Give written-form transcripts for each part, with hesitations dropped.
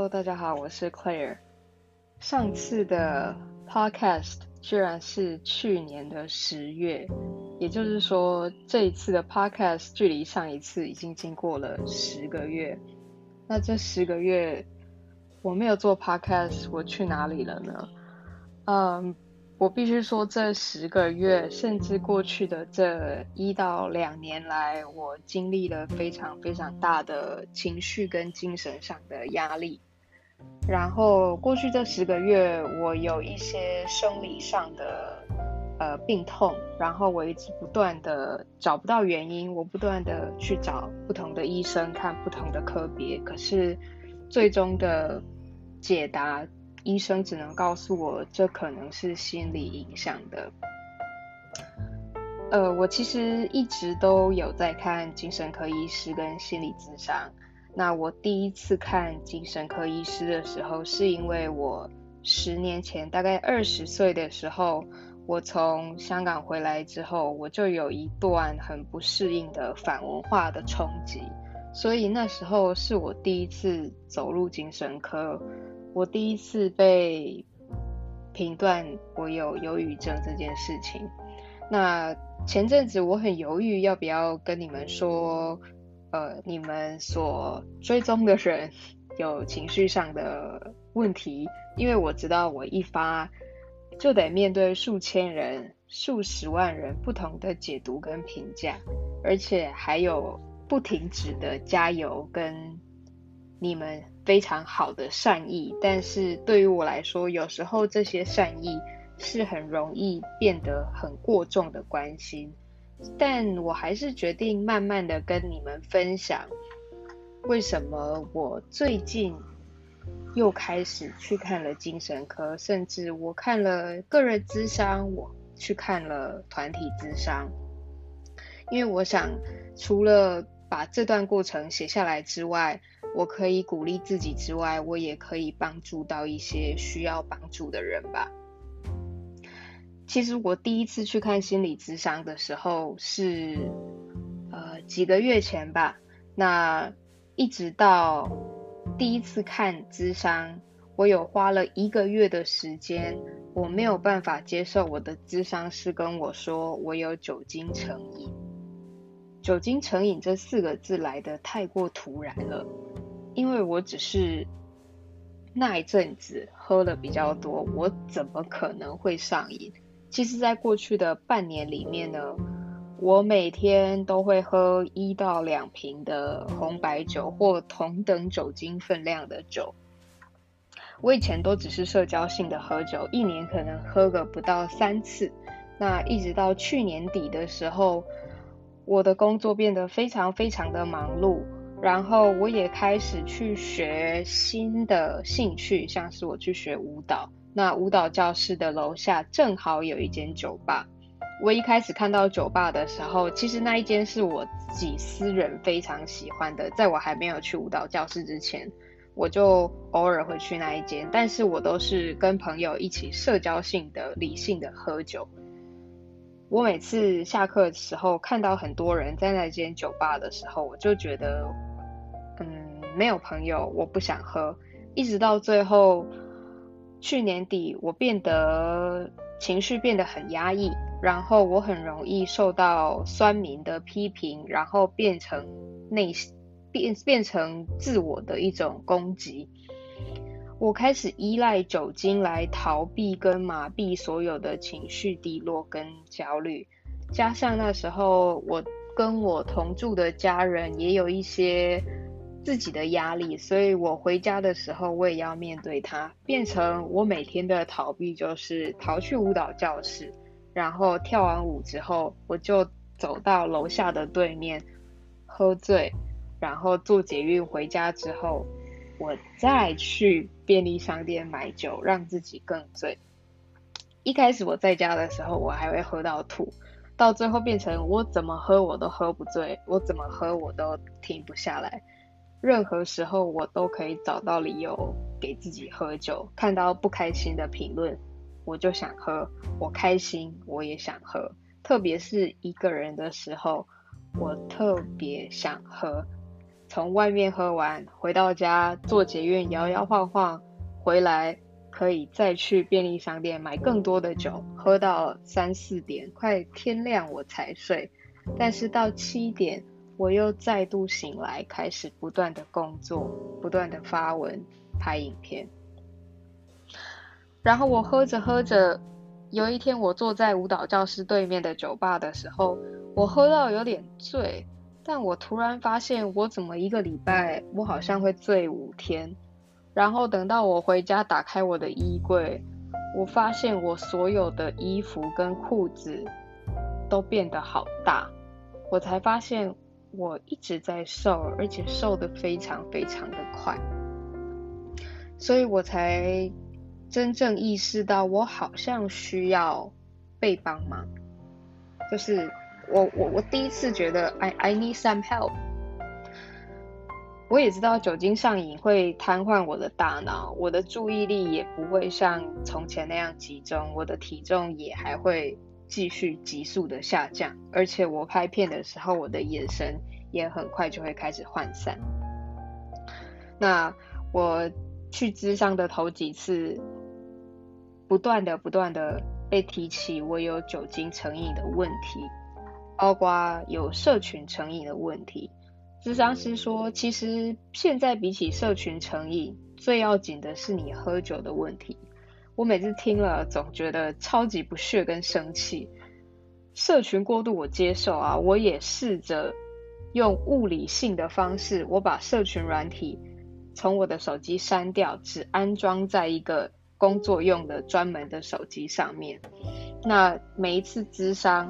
Hello，大家好，我是 Claire。上次的 podcast 居然是去年的10月，也就是说这一次的 podcast 距离上一次已经经过了10个月。那这10个月我没有做 podcast， 我去哪里了呢？我必须说这10个月，甚至过去的这1到2年来，我经历了非常非常大的情绪跟精神上的压力。然后过去这10个月，我有一些生理上的病痛，然后我一直不断的找不到原因，我不断的去找不同的医生，看不同的科别，可是最终的解答，医生只能告诉我这可能是心理影响的。我其实一直都有在看精神科医师跟心理咨商。那我第一次看精神科医师的时候，是因为我10年前，大概20岁的时候，我从香港回来之后，我就有一段很不适应的反文化的冲击，所以那时候是我第一次走入精神科，我第一次被评断我有忧郁症这件事情。那前阵子我很犹豫要不要跟你们说，你们所追踪的人有情绪上的问题，因为我知道我一发就得面对数千人、数十万人不同的解读跟评价，而且还有不停止的加油跟你们非常好的善意，但是对于我来说，有时候这些善意是很容易变得很过重的关心，但我还是决定慢慢的跟你们分享，为什么我最近又开始去看了精神科，甚至我看了个人咨商，我去看了团体咨商，因为我想除了把这段过程写下来之外，我可以鼓励自己之外，我也可以帮助到一些需要帮助的人吧。其实我第一次去看心理咨商的时候是几个月前吧，那一直到第一次看咨商，我有花了1个月的时间，我没有办法接受我的咨商师跟我说我有酒精成瘾。酒精成瘾这4个字来得太过突然了，因为我只是那一阵子喝了比较多，我怎么可能会上瘾？其实在过去的半年里面呢，我每天都会喝1到2瓶的红白酒或同等酒精分量的酒。我以前都只是社交性的喝酒，一年可能喝个不到3次。那一直到去年底的时候，我的工作变得非常非常的忙碌，然后我也开始去学新的兴趣，像是我去学舞蹈。那舞蹈教室的楼下正好有一间酒吧。我一开始看到酒吧的时候，其实那一间是我自己私人非常喜欢的，在我还没有去舞蹈教室之前，我就偶尔会去那一间，但是我都是跟朋友一起社交性的、理性的喝酒。我每次下课的时候看到很多人在那间酒吧的时候，我就觉得没有朋友，我不想喝。一直到最后去年底，我情绪变得很压抑，然后我很容易受到酸民的批评，然后变成自我的一种攻击。我开始依赖酒精来逃避跟麻痹所有的情绪低落跟焦虑，加上那时候我跟我同住的家人也有一些自己的压力，所以我回家的时候我也要面对它，变成我每天的逃避就是逃去舞蹈教室，然后跳完舞之后我就走到楼下的对面喝醉，然后坐捷运回家之后，我再去便利商店买酒，让自己更醉。一开始我在家的时候，我还会喝到吐，到最后变成我怎么喝我都喝不醉，我怎么喝我都停不下来。任何时候我都可以找到理由给自己喝酒，看到不开心的评论，我就想喝，我开心我也想喝，特别是一个人的时候，我特别想喝。 从外面喝完，回到家坐捷运摇摇晃晃，回来可以再去便利商店买更多的酒，喝到3、4点，快天亮我才睡。但是到7点，我又再度醒来，开始不断的工作，不断的发文、拍影片。然后我喝着喝着，有一天我坐在舞蹈教室对面的酒吧的时候，我喝到有点醉，但我突然发现我怎么一个礼拜我好像会醉5天。然后等到我回家打开我的衣柜，我发现我所有的衣服跟裤子都变得好大，我才发现我一直在瘦，而且瘦得非常非常的快。所以我才真正意识到我好像需要被帮忙，就是我第一次觉得 I need some help。 我也知道酒精上瘾会瘫痪我的大脑，我的注意力也不会像从前那样集中，我的体重也还会继续急速的下降，而且我拍片的时候我的眼神也很快就会开始涣散。那我去咨商的头几次，不断的被提起我有酒精成瘾的问题，包括有社群成瘾的问题。咨商师说，其实现在比起社群成瘾，最要紧的是你喝酒的问题。我每次听了总觉得超级不屑跟生气。社群过度我接受啊，我也试着用物理性的方式，我把社群软体从我的手机删掉，只安装在一个工作用的专门的手机上面。那每一次咨商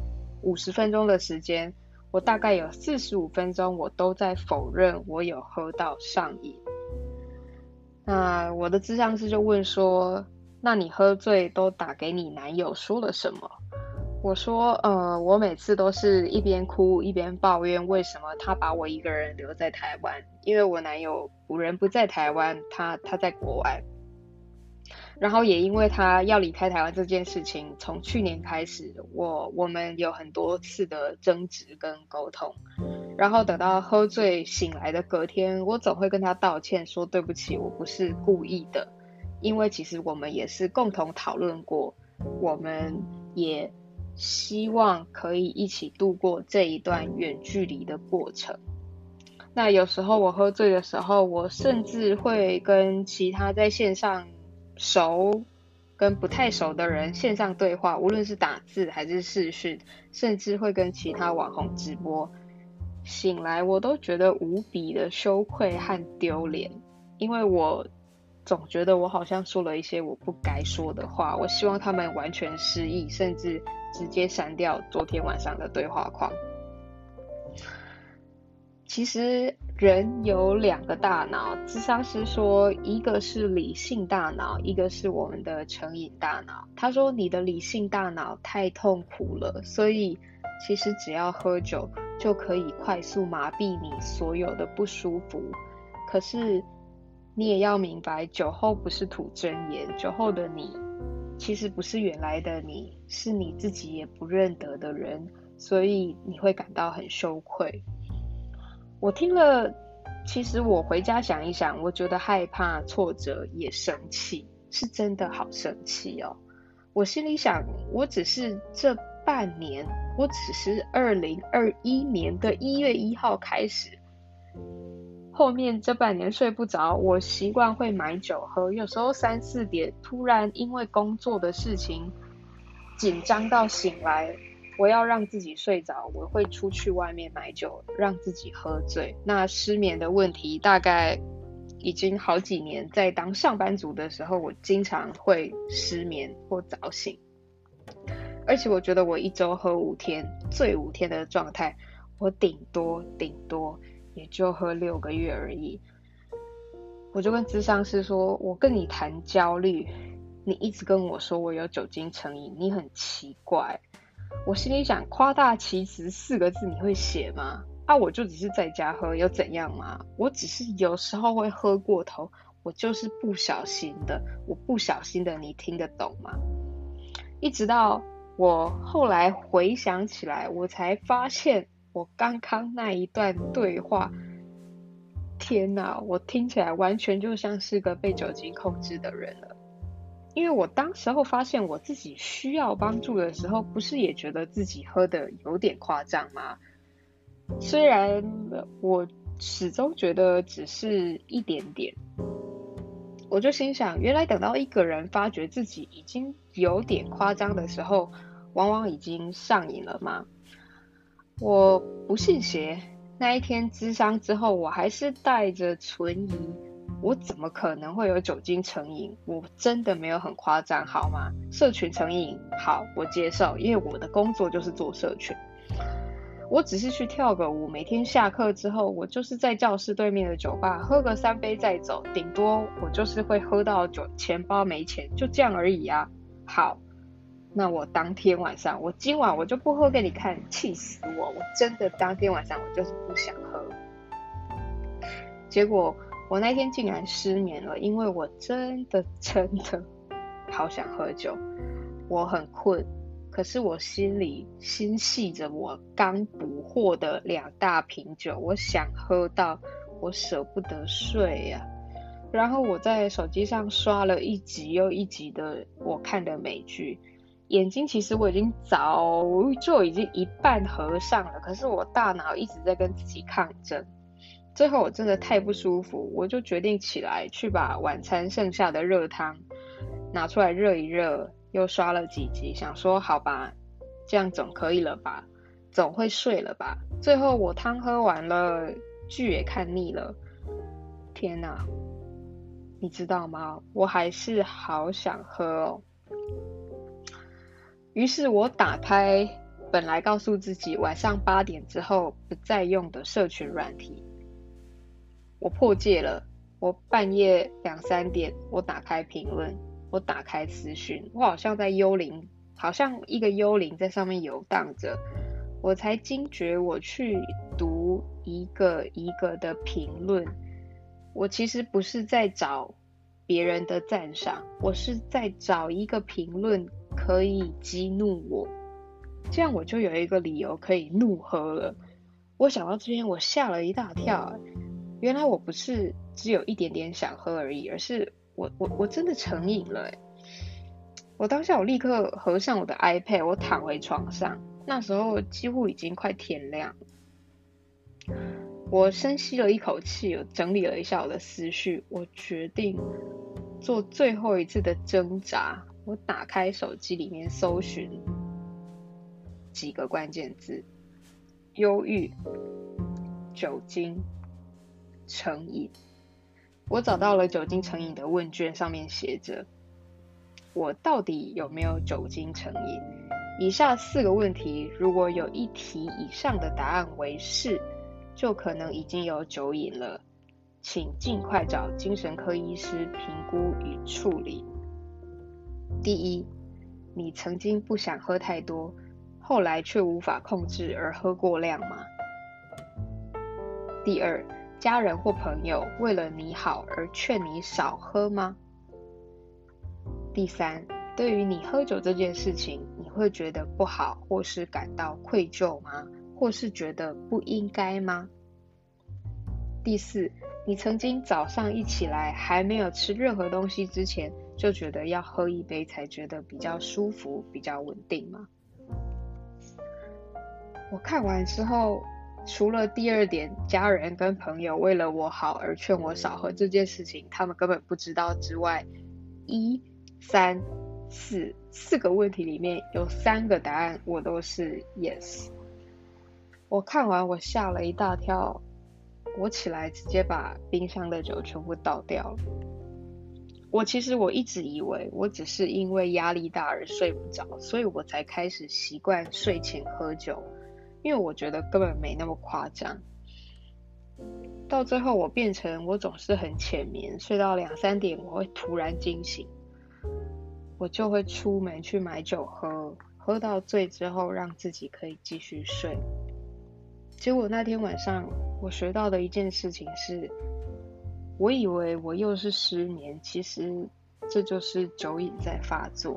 50分钟的时间，我大概有45分钟我都在否认我有喝到上瘾。那我的咨商师就问说，那你喝醉都打给你男友说了什么？我说我每次都是一边哭一边抱怨为什么他把我一个人留在台湾，因为我男友人不在台湾，他在国外。然后也因为他要离开台湾这件事情，从去年开始我们有很多次的争执跟沟通。然后等到喝醉醒来的隔天，我总会跟他道歉说对不起，我不是故意的。因为其实我们也是共同讨论过，我们也希望可以一起度过这一段远距离的过程。那有时候我喝醉的时候，我甚至会跟其他在线上熟跟不太熟的人线上对话，无论是打字还是视讯，甚至会跟其他网红直播。醒来我都觉得无比的羞愧和丢脸，因为我总觉得我好像说了一些我不该说的话，我希望他们完全失忆，甚至直接删掉昨天晚上的对话框。其实人有2个大脑，咨商师说一个是理性大脑，一个是我们的成瘾大脑。他说你的理性大脑太痛苦了，所以其实只要喝酒就可以快速麻痹你所有的不舒服。可是你也要明白，酒后不是吐真言，酒后的你其实不是原来的你，是你自己也不认得的人，所以你会感到很羞愧。我听了，其实我回家想一想，我觉得害怕、挫折也生气，是真的好生气哦。我心里想，我只是这半年，我只是2021年的1月1号开始，后面这半年睡不着，我习惯会买酒喝，有时候3、4点突然因为工作的事情紧张到醒来，我要让自己睡着，我会出去外面买酒让自己喝醉。那失眠的问题大概已经好几年，在当上班族的时候我经常会失眠或早醒，而且我觉得我一周喝5天，醉5天的状态，我顶多也就喝6个月而已。我就跟咨商师说，我跟你谈焦虑，你一直跟我说我有酒精成瘾，你很奇怪。我心里想，夸大其词4个字你会写吗？我就只是在家喝，有怎样吗？我只是有时候会喝过头，我就是不小心的，我不小心的，你听得懂吗？一直到我后来回想起来，我才发现我刚刚那一段对话天哪，我听起来完全就像是个被酒精控制的人了。因为我当时候发现我自己需要帮助的时候，不是也觉得自己喝的有点夸张吗？虽然我始终觉得只是一点点，我就心想，原来等到一个人发觉自己已经有点夸张的时候，往往已经上瘾了吗？我不信邪，那一天咨商之后，我还是带着存疑，我怎么可能会有酒精成瘾？我真的没有很夸张，好吗？社群成瘾，好，我接受，因为我的工作就是做社群。我只是去跳个舞，每天下课之后，我就是在教室对面的酒吧喝个3杯再走，顶多我就是会喝到钱包没钱，就这样而已啊。好，那我当天晚上，我今晚我就不喝给你看，气死我！我真的当天晚上我就是不想喝。结果我那天竟然失眠了，因为我真的好想喝酒，我很困。可是我心里心系着我刚补货的2大瓶酒，我想喝到我舍不得睡呀。然后我在手机上刷了一集又一集的我看的美剧，眼睛其实我已经早就已经一半合上了，可是我大脑一直在跟自己抗争。最后我真的太不舒服，我就决定起来去把晚餐剩下的热汤拿出来热一热，又刷了几集，想说好吧，这样总可以了吧，总会睡了吧。最后我汤喝完了，剧也看腻了，天哪，你知道吗？我还是好想喝哦。于是我打开本来告诉自己晚上8点之后不再用的社群软体，我破戒了。我半夜2、3点，我打开评论，我打开私讯，我好像好像一个幽灵在上面游荡着。我才惊觉，我去读一个一个的评论，我其实不是在找别人的赞赏，我是在找一个评论可以激怒我，这样我就有一个理由可以怒喝了。我想到这边，我吓了一大跳，原来我不是只有一点点想喝而已，而是我真的成瘾了。我当下我立刻合上我的 iPad， 我躺回床上，那时候几乎已经快天亮。我深吸了一口气，我整理了一下我的思绪，我决定做最后一次的挣扎。我打开手机里面搜寻几个关键字：忧郁、酒精、成瘾。我找到了酒精成瘾的问卷，上面写着我到底有没有酒精成瘾？以下4个问题，如果有1题以上的答案为是，就可能已经有酒瘾了，请尽快找精神科医师评估与处理。第一，你曾经不想喝太多，后来却无法控制而喝过量吗？第二，家人或朋友为了你好而劝你少喝吗？第三，对于你喝酒这件事情，你会觉得不好，或是感到愧疚吗？或是觉得不应该吗？第四，你曾经早上一起来还没有吃任何东西之前，就觉得要喝一杯才觉得比较舒服、比较稳定吗？我看完之后，除了第二点，家人跟朋友为了我好而劝我少喝这件事情，他们根本不知道之外，1、3、4个问题里面有3个答案我都是 yes。我看完我吓了一大跳，我起来直接把冰箱的酒全部倒掉了。其实我一直以为我只是因为压力大而睡不着，所以我才开始习惯睡前喝酒，因为我觉得根本没那么夸张。到最后我变成我总是很浅眠，睡到2、3点我会突然惊醒，我就会出门去买酒喝，喝到醉之后让自己可以继续睡。结果那天晚上我学到的一件事情是，我以为我又是失眠，其实这就是酒瘾在发作。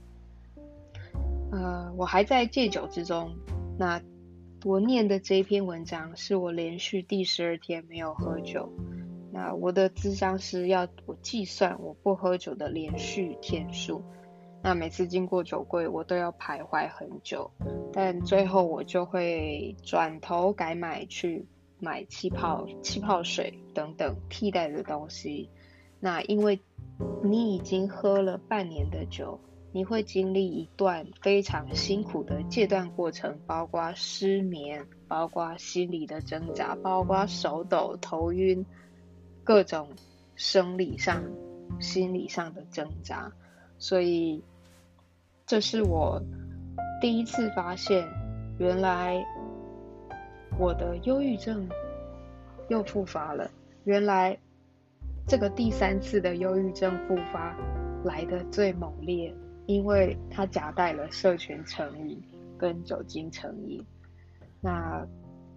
我还在戒酒之中，那我念的这一篇文章是我连续第12天没有喝酒， 那我的咨商师要我计算我不喝酒的连续天数，那每次经过酒柜我都要徘徊很久，但最后我就会转头改去买气泡水等等替代的东西。那因为你已经喝了半年的酒，你会经历一段非常辛苦的戒断过程，包括失眠，包括心理的挣扎，包括手抖、头晕，各种生理上、心理上的挣扎。所以这是我第一次发现，原来我的忧郁症又复发了。原来这个第3次的忧郁症复发来得最猛烈，因为它夹带了社群成瘾跟酒精成瘾。那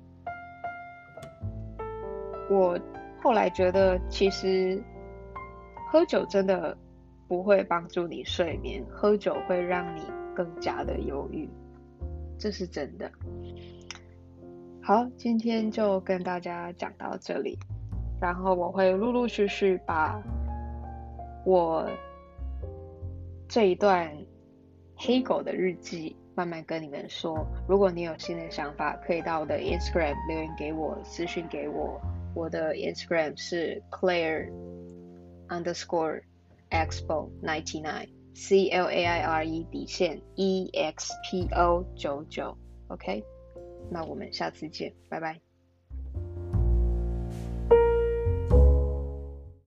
我后来觉得，其实喝酒真的不会帮助你睡眠，喝酒会让你更加的忧郁，这是真的。好，今天就跟大家讲到这里，然后我会陆陆续续把我这一段黑狗的日记慢慢跟你们说。如果你有新的想法，可以到我的 Instagram 留言给我，私讯给我。我的 Instagram 是 Claire_Expo99 CLAIRE_EXPO99 OK， 那我们下次见，拜拜。